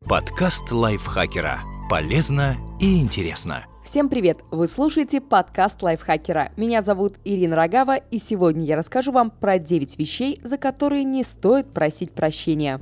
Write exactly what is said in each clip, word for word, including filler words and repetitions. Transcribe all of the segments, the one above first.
Подкаст лайфхакера. Полезно и интересно. Всем привет! Вы слушаете подкаст лайфхакера. Меня зовут Ирина Рогава, и сегодня я расскажу вам про девять вещей, за которые не стоит просить прощения.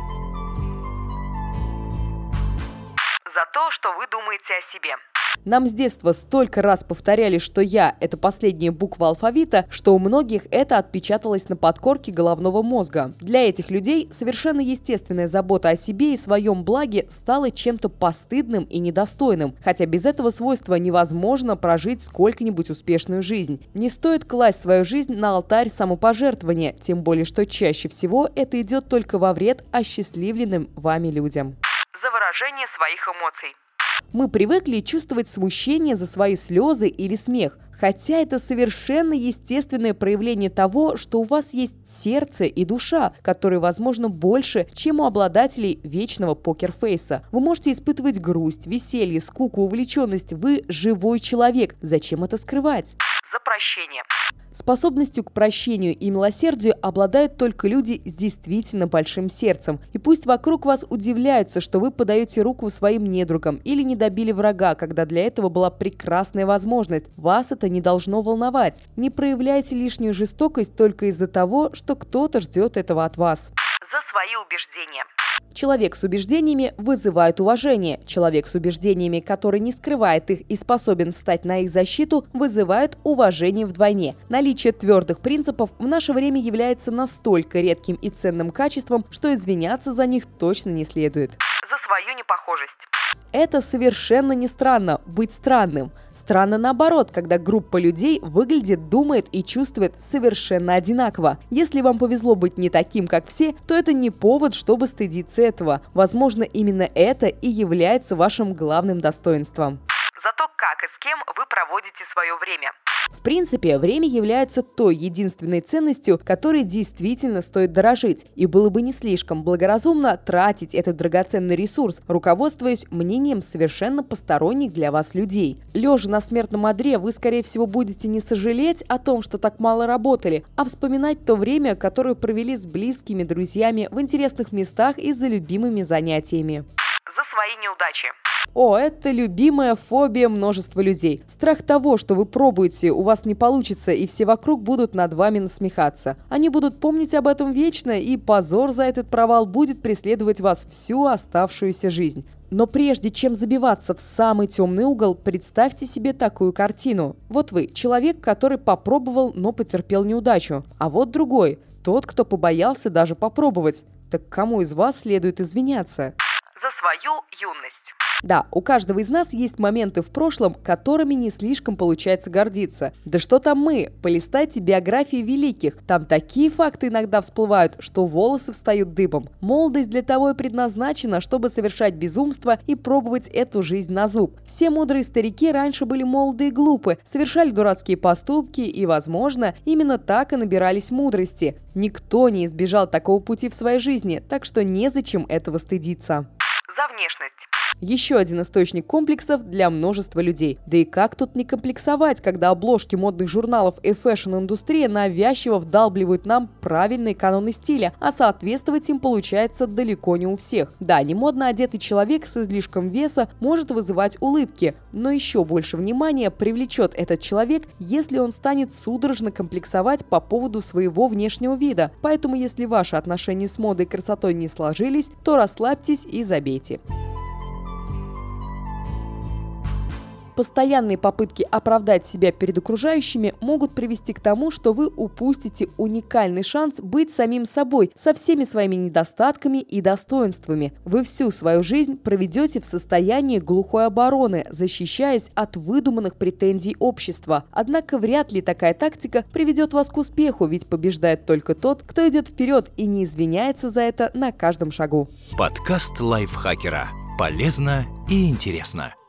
За то, что вы думаете о себе. Нам с детства столько раз повторяли, что «я» — это последняя буква алфавита, что у многих это отпечаталось на подкорке головного мозга. Для этих людей совершенно естественная забота о себе и своем благе стала чем-то постыдным и недостойным, хотя без этого свойства невозможно прожить сколько-нибудь успешную жизнь. Не стоит класть свою жизнь на алтарь самопожертвования, тем более что чаще всего это идет только во вред осчастливленным вами людям. За выражение своих эмоций. Мы привыкли чувствовать смущение за свои слезы или смех, хотя это совершенно естественное проявление того, что у вас есть сердце и душа, которые, возможно, больше, чем у обладателей вечного покерфейса. Вы можете испытывать грусть, веселье, скуку, увлеченность. Вы живой человек. Зачем это скрывать? За прощение. Способностью к прощению и милосердию обладают только люди с действительно большим сердцем. И пусть вокруг вас удивляются, что вы подаете руку своим недругам или не добили врага, когда для этого была прекрасная возможность, вас это не должно волновать. Не проявляйте лишнюю жестокость только из-за того, что кто-то ждет этого от вас. За свои убеждения. Человек с убеждениями вызывает уважение. Человек с убеждениями, который не скрывает их и способен встать на их защиту, вызывает уважение вдвойне. Наличие твердых принципов в наше время является настолько редким и ценным качеством, что извиняться за них точно не следует. За свою непохожесть. Это совершенно не странно – быть странным. Странно наоборот, когда группа людей выглядит, думает и чувствует совершенно одинаково. Если вам повезло быть не таким, как все, то это не повод, чтобы стыдиться этого. Возможно, именно это и является вашим главным достоинством. За то, как и с кем вы проводите свое время. В принципе, время является той единственной ценностью, которой действительно стоит дорожить. И было бы не слишком благоразумно тратить этот драгоценный ресурс, руководствуясь мнением совершенно посторонних для вас людей. Лежа на смертном одре, вы, скорее всего, будете не сожалеть о том, что так мало работали, а вспоминать то время, которое провели с близкими, друзьями в интересных местах и за любимыми занятиями. За свои неудачи. О, это любимая фобия множества людей. Страх того, что вы пробуете, у вас не получится, и все вокруг будут над вами насмехаться. Они будут помнить об этом вечно, и позор за этот провал будет преследовать вас всю оставшуюся жизнь. Но прежде чем забиваться в самый темный угол, представьте себе такую картину. Вот вы, человек, который попробовал, но потерпел неудачу. А вот другой, тот, кто побоялся даже попробовать. Так кому из вас следует извиняться? За свою юность. Да, у каждого из нас есть моменты в прошлом, которыми не слишком получается гордиться. Да что там мы? Полистайте биографии великих. Там такие факты иногда всплывают, что волосы встают дыбом. Молодость для того и предназначена, чтобы совершать безумство и пробовать эту жизнь на зуб. Все мудрые старики раньше были молоды и глупы, совершали дурацкие поступки и, возможно, именно так и набирались мудрости. Никто не избежал такого пути в своей жизни, так что незачем этого стыдиться. За внешность. Еще один источник комплексов для множества людей. Да и как тут не комплексовать, когда обложки модных журналов и фэшн-индустрия навязчиво вдалбливают нам правильные каноны стиля, а соответствовать им получается далеко не у всех. Да, немодно одетый человек с излишком веса может вызывать улыбки, но еще больше внимания привлечет этот человек, если он станет судорожно комплексовать по поводу своего внешнего вида. Поэтому, если ваши отношения с модой и красотой не сложились, то расслабьтесь и забейте. Постоянные попытки оправдать себя перед окружающими могут привести к тому, что вы упустите уникальный шанс быть самим собой, со всеми своими недостатками и достоинствами. Вы всю свою жизнь проведете в состоянии глухой обороны, защищаясь от выдуманных претензий общества. Однако вряд ли такая тактика приведет вас к успеху, ведь побеждает только тот, кто идет вперед и не извиняется за это на каждом шагу. Подкаст лайфхакера. Полезно и интересно.